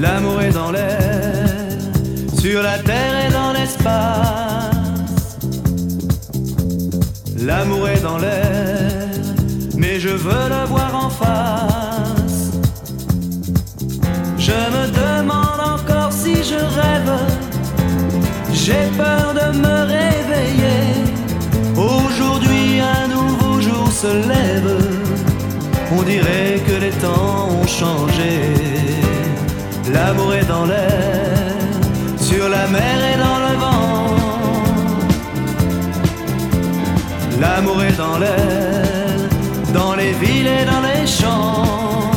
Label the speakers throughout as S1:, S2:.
S1: L'amour est dans l'air, sur la terre et dans l'espace. L'amour est dans l'air, mais je veux le voir en face. Je me demande encore si je rêve. J'ai peur de me réveiller. Aujourd'hui un nouveau jour se lève. On dirait que les temps ont changé. L'amour est dans l'air, sur la mer et dans le vent. L'amour est dans l'air, dans les villes et dans les champs.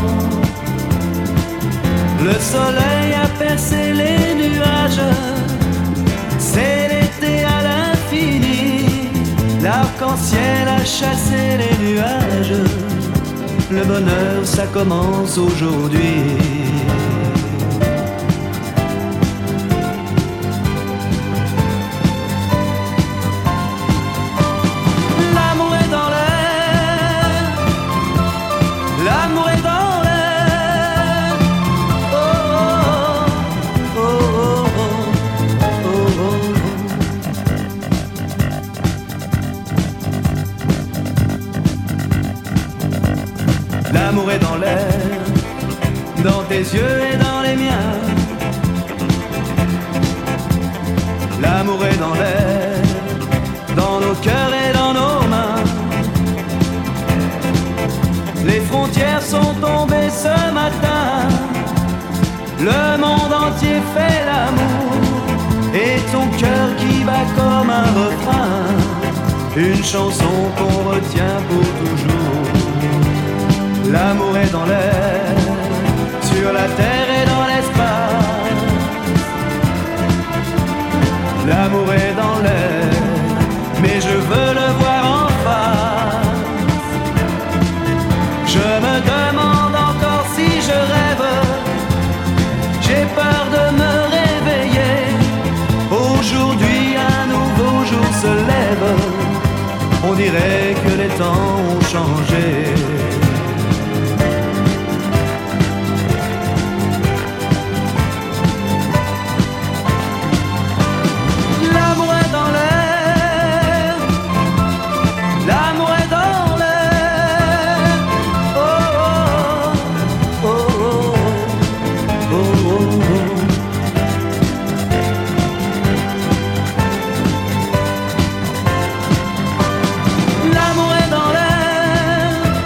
S1: Le soleil a percé les nuages. C'est l'été à l'infini. L'arc-en-ciel a chassé les nuages. Le bonheur, ça commence aujourd'hui. L'amour est dans l'air. L'amour est dans l'air. Oh, oh, oh, oh, oh, oh, oh. L'amour est dans l'air, dans tes yeux et dans les miens. L'amour est dans l'air, dans nos cœurs et dans nos mains. Les frontières sont tombées ce matin. Le monde entier fait l'amour. Et ton cœur qui bat comme un refrain. Une chanson qu'on retient pour toujours. L'amour est dans l'air, sur la terre et dans l'espace. L'amour est dans l'air, mais je veux le voir en face. Je me demande encore si je rêve. J'ai peur de me réveiller. Aujourd'hui un nouveau jour se lève. On dirait que les temps ont changé. L'amour est dans l'air,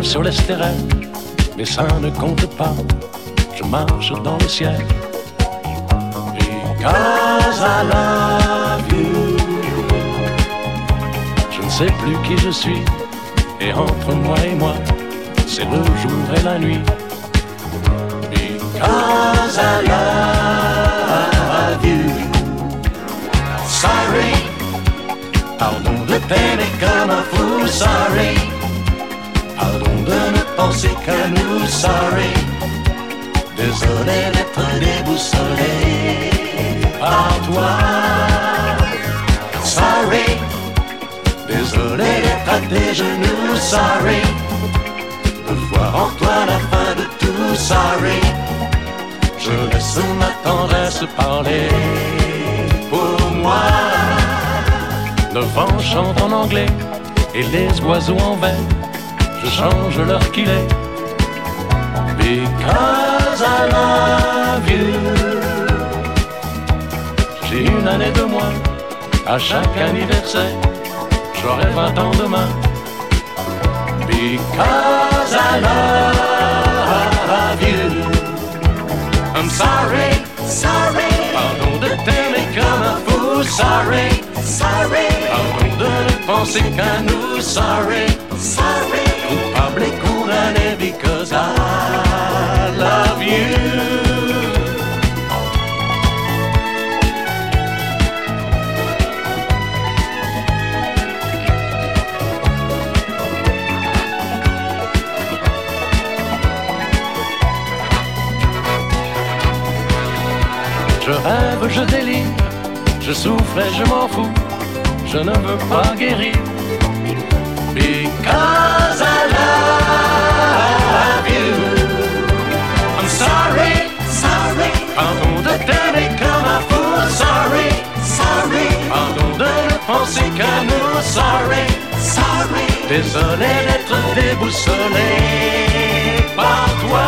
S2: sur les stérelles, mais ça ne compte pas. Je marche dans le ciel. Because I love you. Je ne sais plus qui je suis, et entre moi et moi, c'est le jour et la nuit. Because I love you. Sorry, pardon de t'aimer comme un fou. Sorry, pardon de ne penser qu'à nous. Sorry, désolé d'être déboussolé par toi. Sorry, désolé d'être à tes genoux. Sorry, de voir en toi la fin de tout. Sorry, je laisse ma tendresse parler pour moi. Le vent chante en anglais et les oiseaux en vert, je change l'heure qu'il est. Because I love you. J'ai une année de moins à chaque anniversaire, j'aurai 20 ans demain. Because I love you. I'm sorry, sorry, pardon de t'aimer comme un fou. Sorry, sorry, pardon de ne penser qu'à nous. Sorry, sorry, coupable et condamné because I love you. Je rêve, je délire, je souffre et je m'en fous, je ne veux pas guérir. Because I love you. I'm sorry, sorry, pardon de t'aimer comme un fou. Sorry, sorry, pardon de ne penser qu'à nous. Sorry, sorry, désolé d'être déboussolé par toi.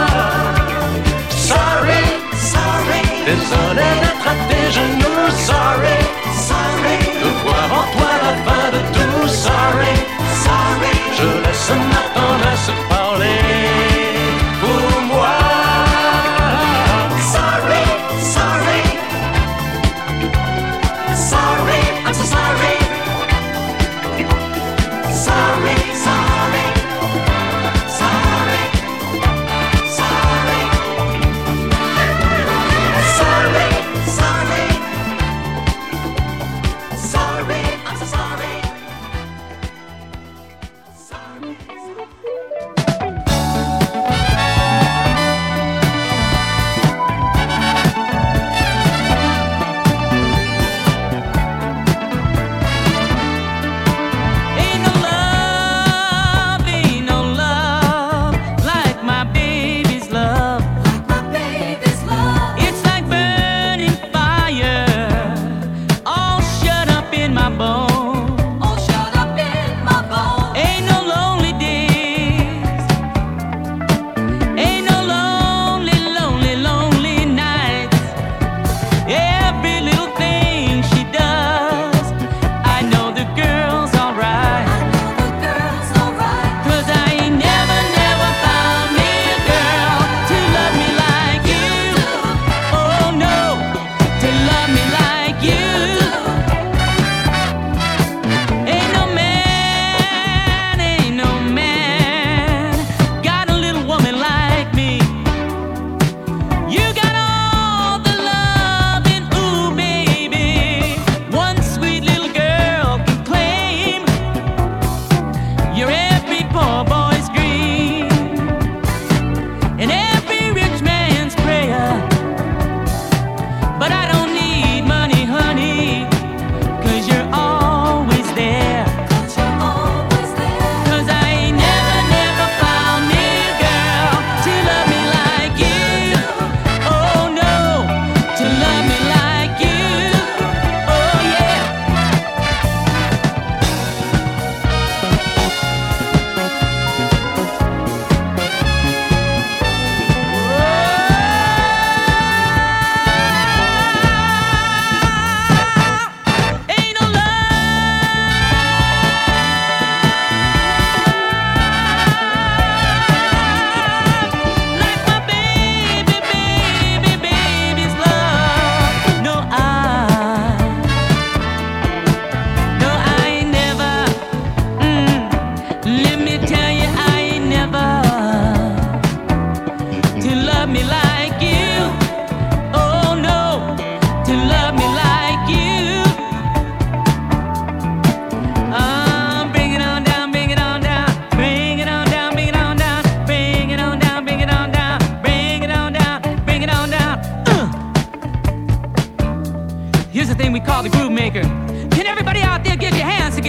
S2: Sorry, sorry, désolé d'être à tes genoux. Sorry, sorry, de voir en toi la fin de tout. Sorry, sorry, je laisse ma tendresse parler pour moi. Sorry, sorry, sorry, I'm so sorry. Sorry, sorry, sorry.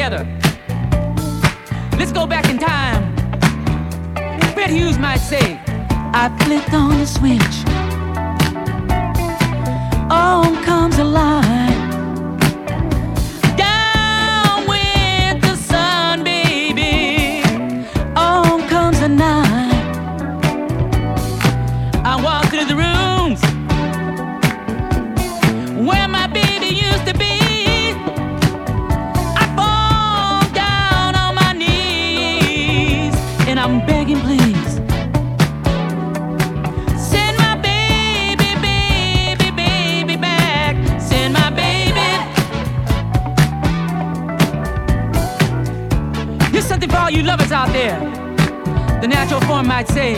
S3: together. Let's go back in time. Fred Hughes might say, I flipped on the switch. On comes a light. Down with the sun, baby. On comes the night. I walk through the rooms where my baby used to be. I fall down on my knees and I'm begging, please. Send my baby, baby, baby back. Send my baby. Here's something for all you lovers out there. The natural form might say,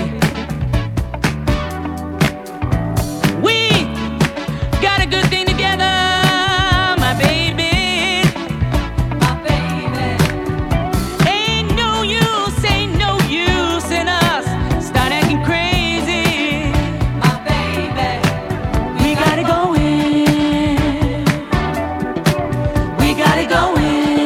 S3: we got a good thing together, my baby. My baby. Ain't no use in us start acting crazy. My baby. We got it going. We got it going.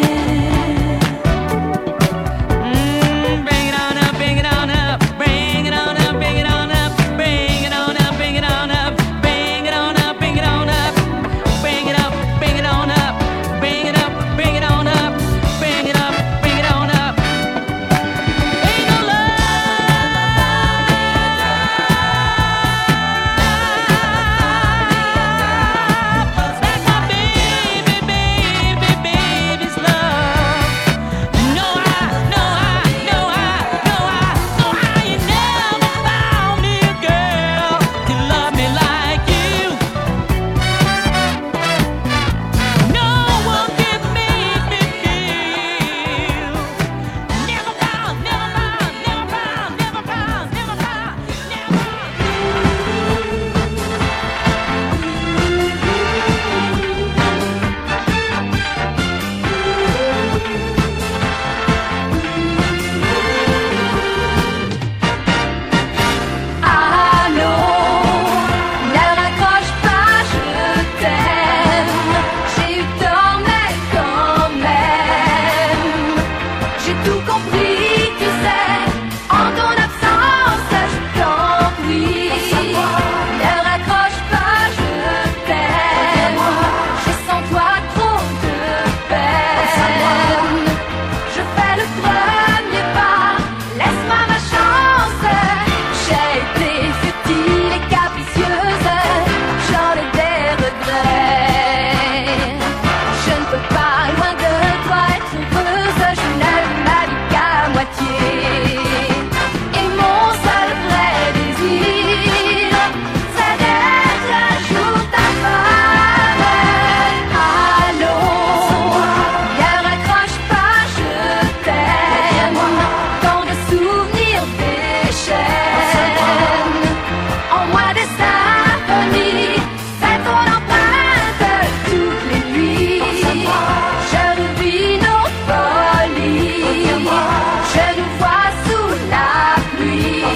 S3: Bring it on up, bring it on up, bring it on up, bring it on up, bring it on up, bring it on up, bring it on up, bring it on up, bring it up, bring it on up, bring it up, bring it on up, bring it up, bring it on up. Ain't no love. That's my baby, baby, baby's love. No, you never found me a girl to love me like you. No one can make me feel. Never found, never found, never found, never found, never found, never
S4: Allô, ne raccroche pas, je t'aime. J'ai eu tort, mais quand même, j'ai tout compris, tu sais. En ton absence, je t'en prie. Ne raccroche pas, je t'aime. J'ai sans toi trop de peine. Je fais le premier pas, laisse-moi ma chance. J'ai été futile et capricieuse, j'en ai des regrets. Je ne peux pas, loin de toi, être heureuse. Je n'aime ma vie qu'à moitié. Et mon seul vrai désir, c'est d'être un jour ta femme. Allô, ne raccroche pas, je t'aime. Tant de souvenirs déchaînent en moi des symphonies. C'est ton empreinte toutes les nuits. Je revis nos folies. Je nous vois sous la pluie,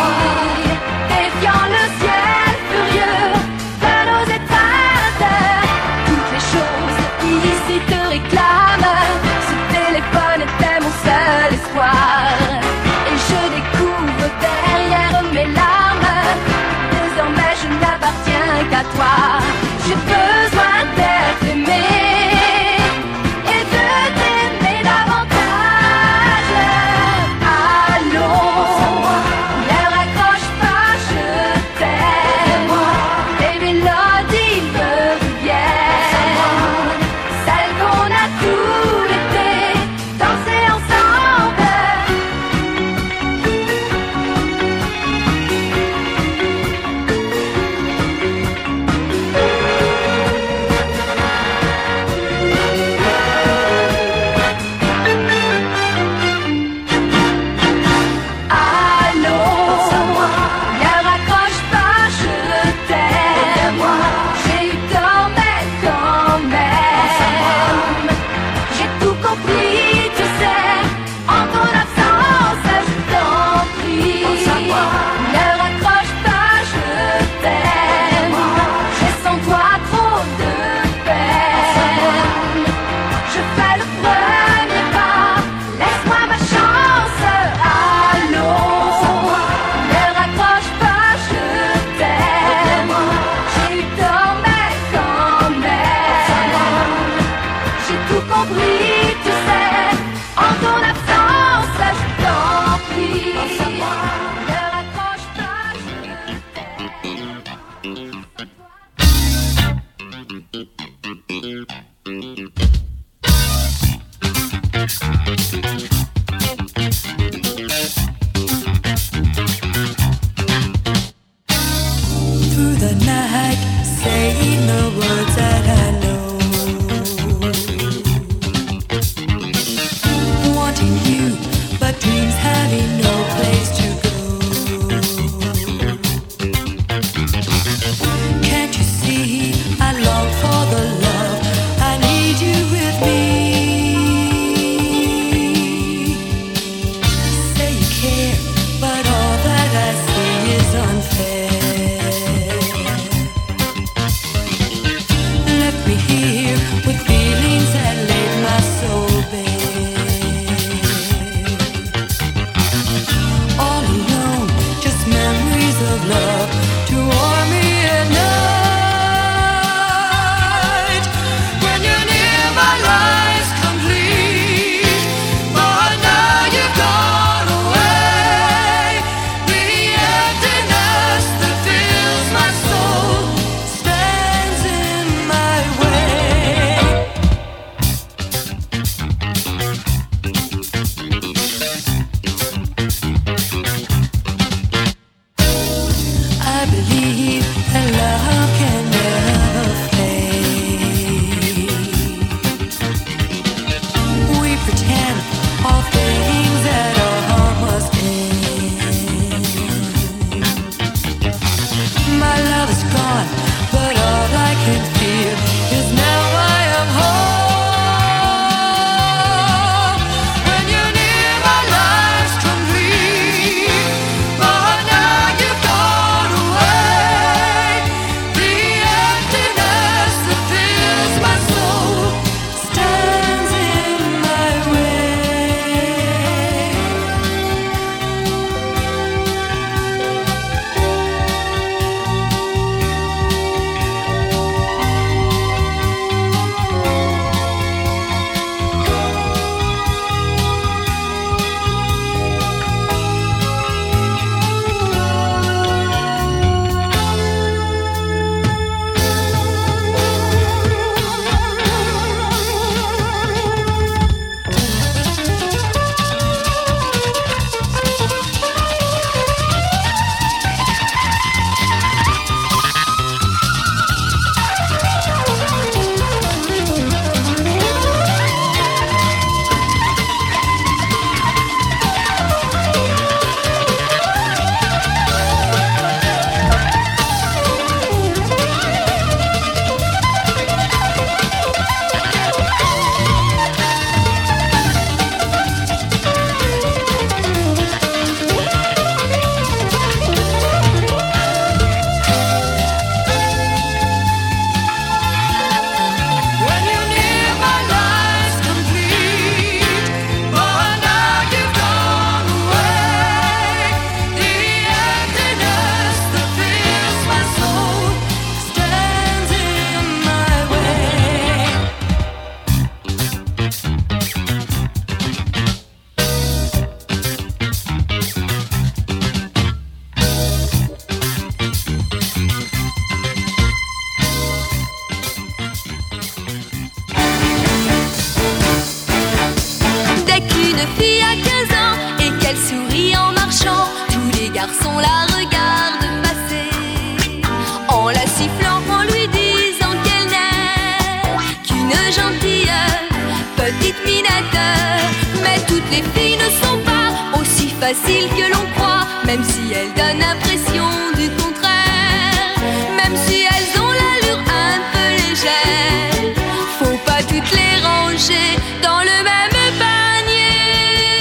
S4: défiant le ciel furieux de nos étreintes. Toutes les choses ici te réclament. Ce téléphone était mon seul espoir. Et je découvre derrière mes larmes, désormais je n'appartiens qu'à toi. J'ai besoin d'être aimé et de t'aimer davantage. Allô, ne raccroche pas, je t'aime. Les mélodies me reviennent, celles qu'on a tout l'été dansé ensemble. on la regarde passer, en la sifflant, en lui disant qu'elle n'est qu'une gentille petite minette. Mais toutes les filles ne sont pas aussi faciles que l'on croit, même si elles donnent l'impression du contraire, même si elles ont l'allure un peu légère. Faut pas toutes les ranger dans le même panier.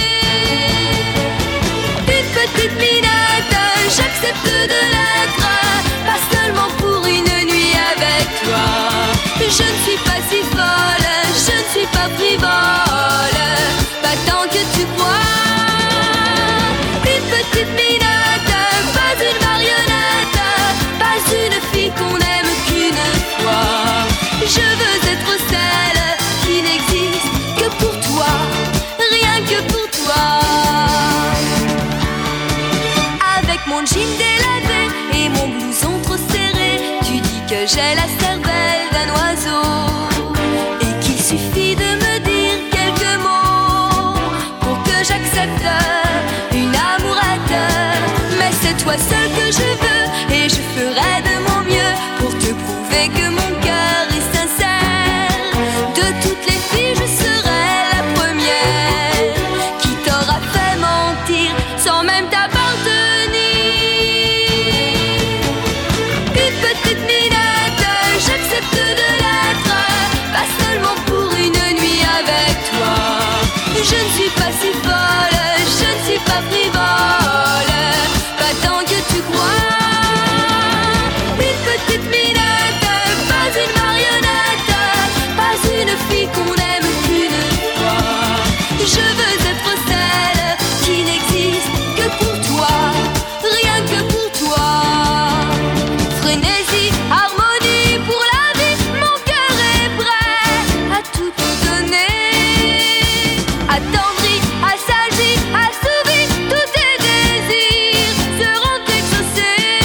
S4: Une petite minette, j'accepte de l'être, pas seulement pour une nuit avec toi. Je ne suis pas si folle, je ne suis pas frivole, pas tant que tu crois. Une petite minette, pas une marionnette, pas une fille qu'on aime qu'une fois. Je veux être celle qui n'existe que pour toi, rien que pour toi. Avec mon jean délavé et mon blouson trop serré, tu dis que j'ai la cervelle d'un oiseau et qu'il suffit de me dire quelques mots pour que j'accepte une amourette. Mais c'est toi seul que je veux et je ferai de mon mieux pour te prouver que mon cœur est sincère. De toutes les filles, je serai la première qui t'aura fait mentir sans même t'appartenir. Une petite minette, j'accepte de l'être, pas seulement pour une nuit avec toi. Je ne suis pas si folle, je ne suis pas frivole, pas tant que tu crois. Une petite minette, pas une marionnette, pas une fille qu'on aime qu'une fois. Je veux être celle qui n'existe que pour toi, rien que pour toi. Frénésie, harmonie pour la vie, mon cœur est prêt à tout te donner. Attendri, assagi, assouvi, tous tes désirs seront exaucés.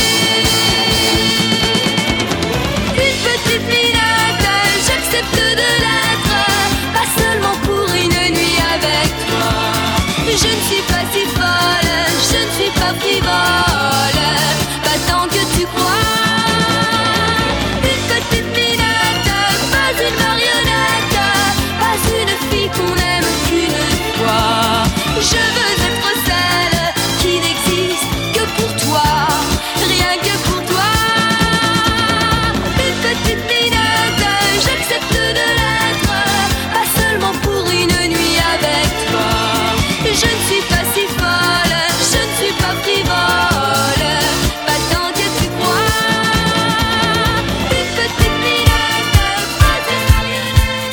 S4: Une petite minette, j'accepte de l'être, pas seulement pour une nuit avec toi. Je ne suis pas si folle, je ne suis pas frivole, pas tant que tu crois. Une petite minette, pas une marionnette, pas une fille qu'on aime qu'une fois. Je veux être celle qui n'existe que pour toi, rien que pour toi. Une petite minette, j'accepte de l'être, pas seulement pour une nuit avec toi. Je ne suis pas si folle, je ne suis pas frivole, pas tant que tu crois. Une petite minette, pas une marionnette.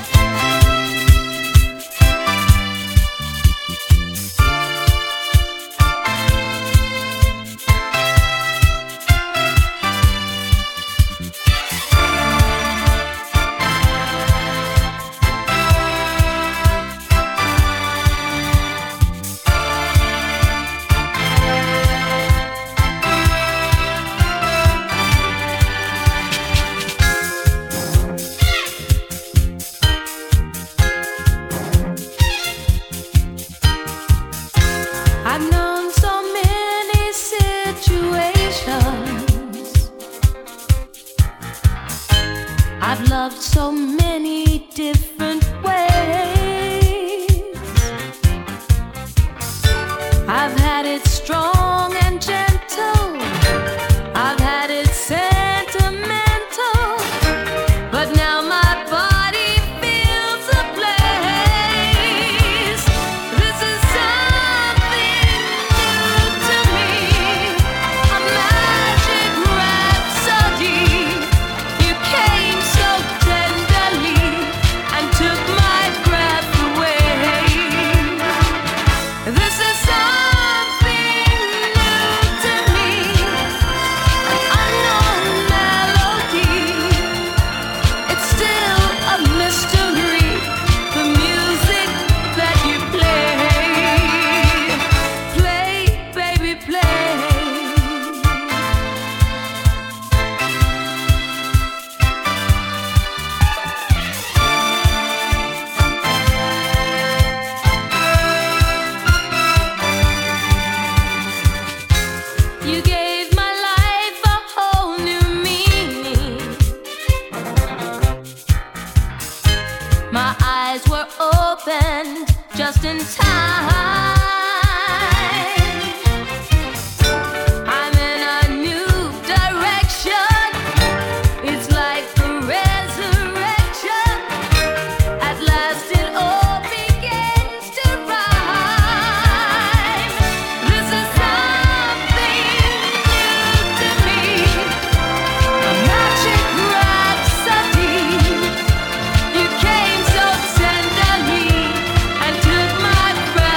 S3: I've known so many situations. I've loved so many different ways. I've had it strong and gentle. I've had it sentimental. But now my body feels a place. This is something new to me. A magic rhapsody. You came so tenderly.
S4: just in time. I'm in a new direction. It's like the resurrection. At last it all begins to rhyme. This is something new to me. A magic rhapsody. You came so tenderly and took my breath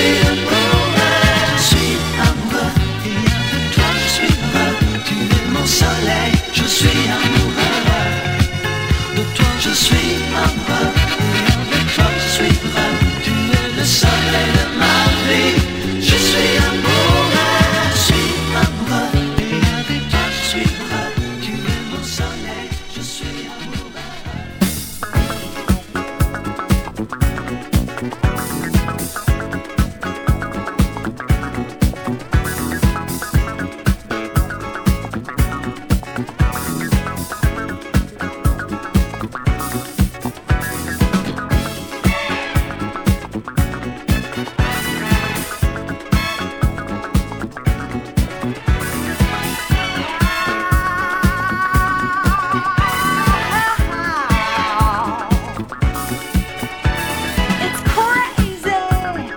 S2: suis amoureux, je suis amoureux. Et avec toi je suis heureux. Tu es mon soleil, je suis amoureux. De toi je suis amoureux. Et avec toi je suis heureux. Tu es le soleil de ma vie. Je suis amoureux, je suis amoureux. Et avec toi je suis heureux. Tu es mon soleil, je suis amoureux.
S4: It's crazy.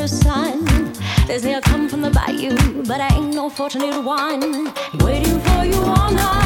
S5: the sun. They say I come from the bayou, but I ain't no fortunate one. Waiting for you all night.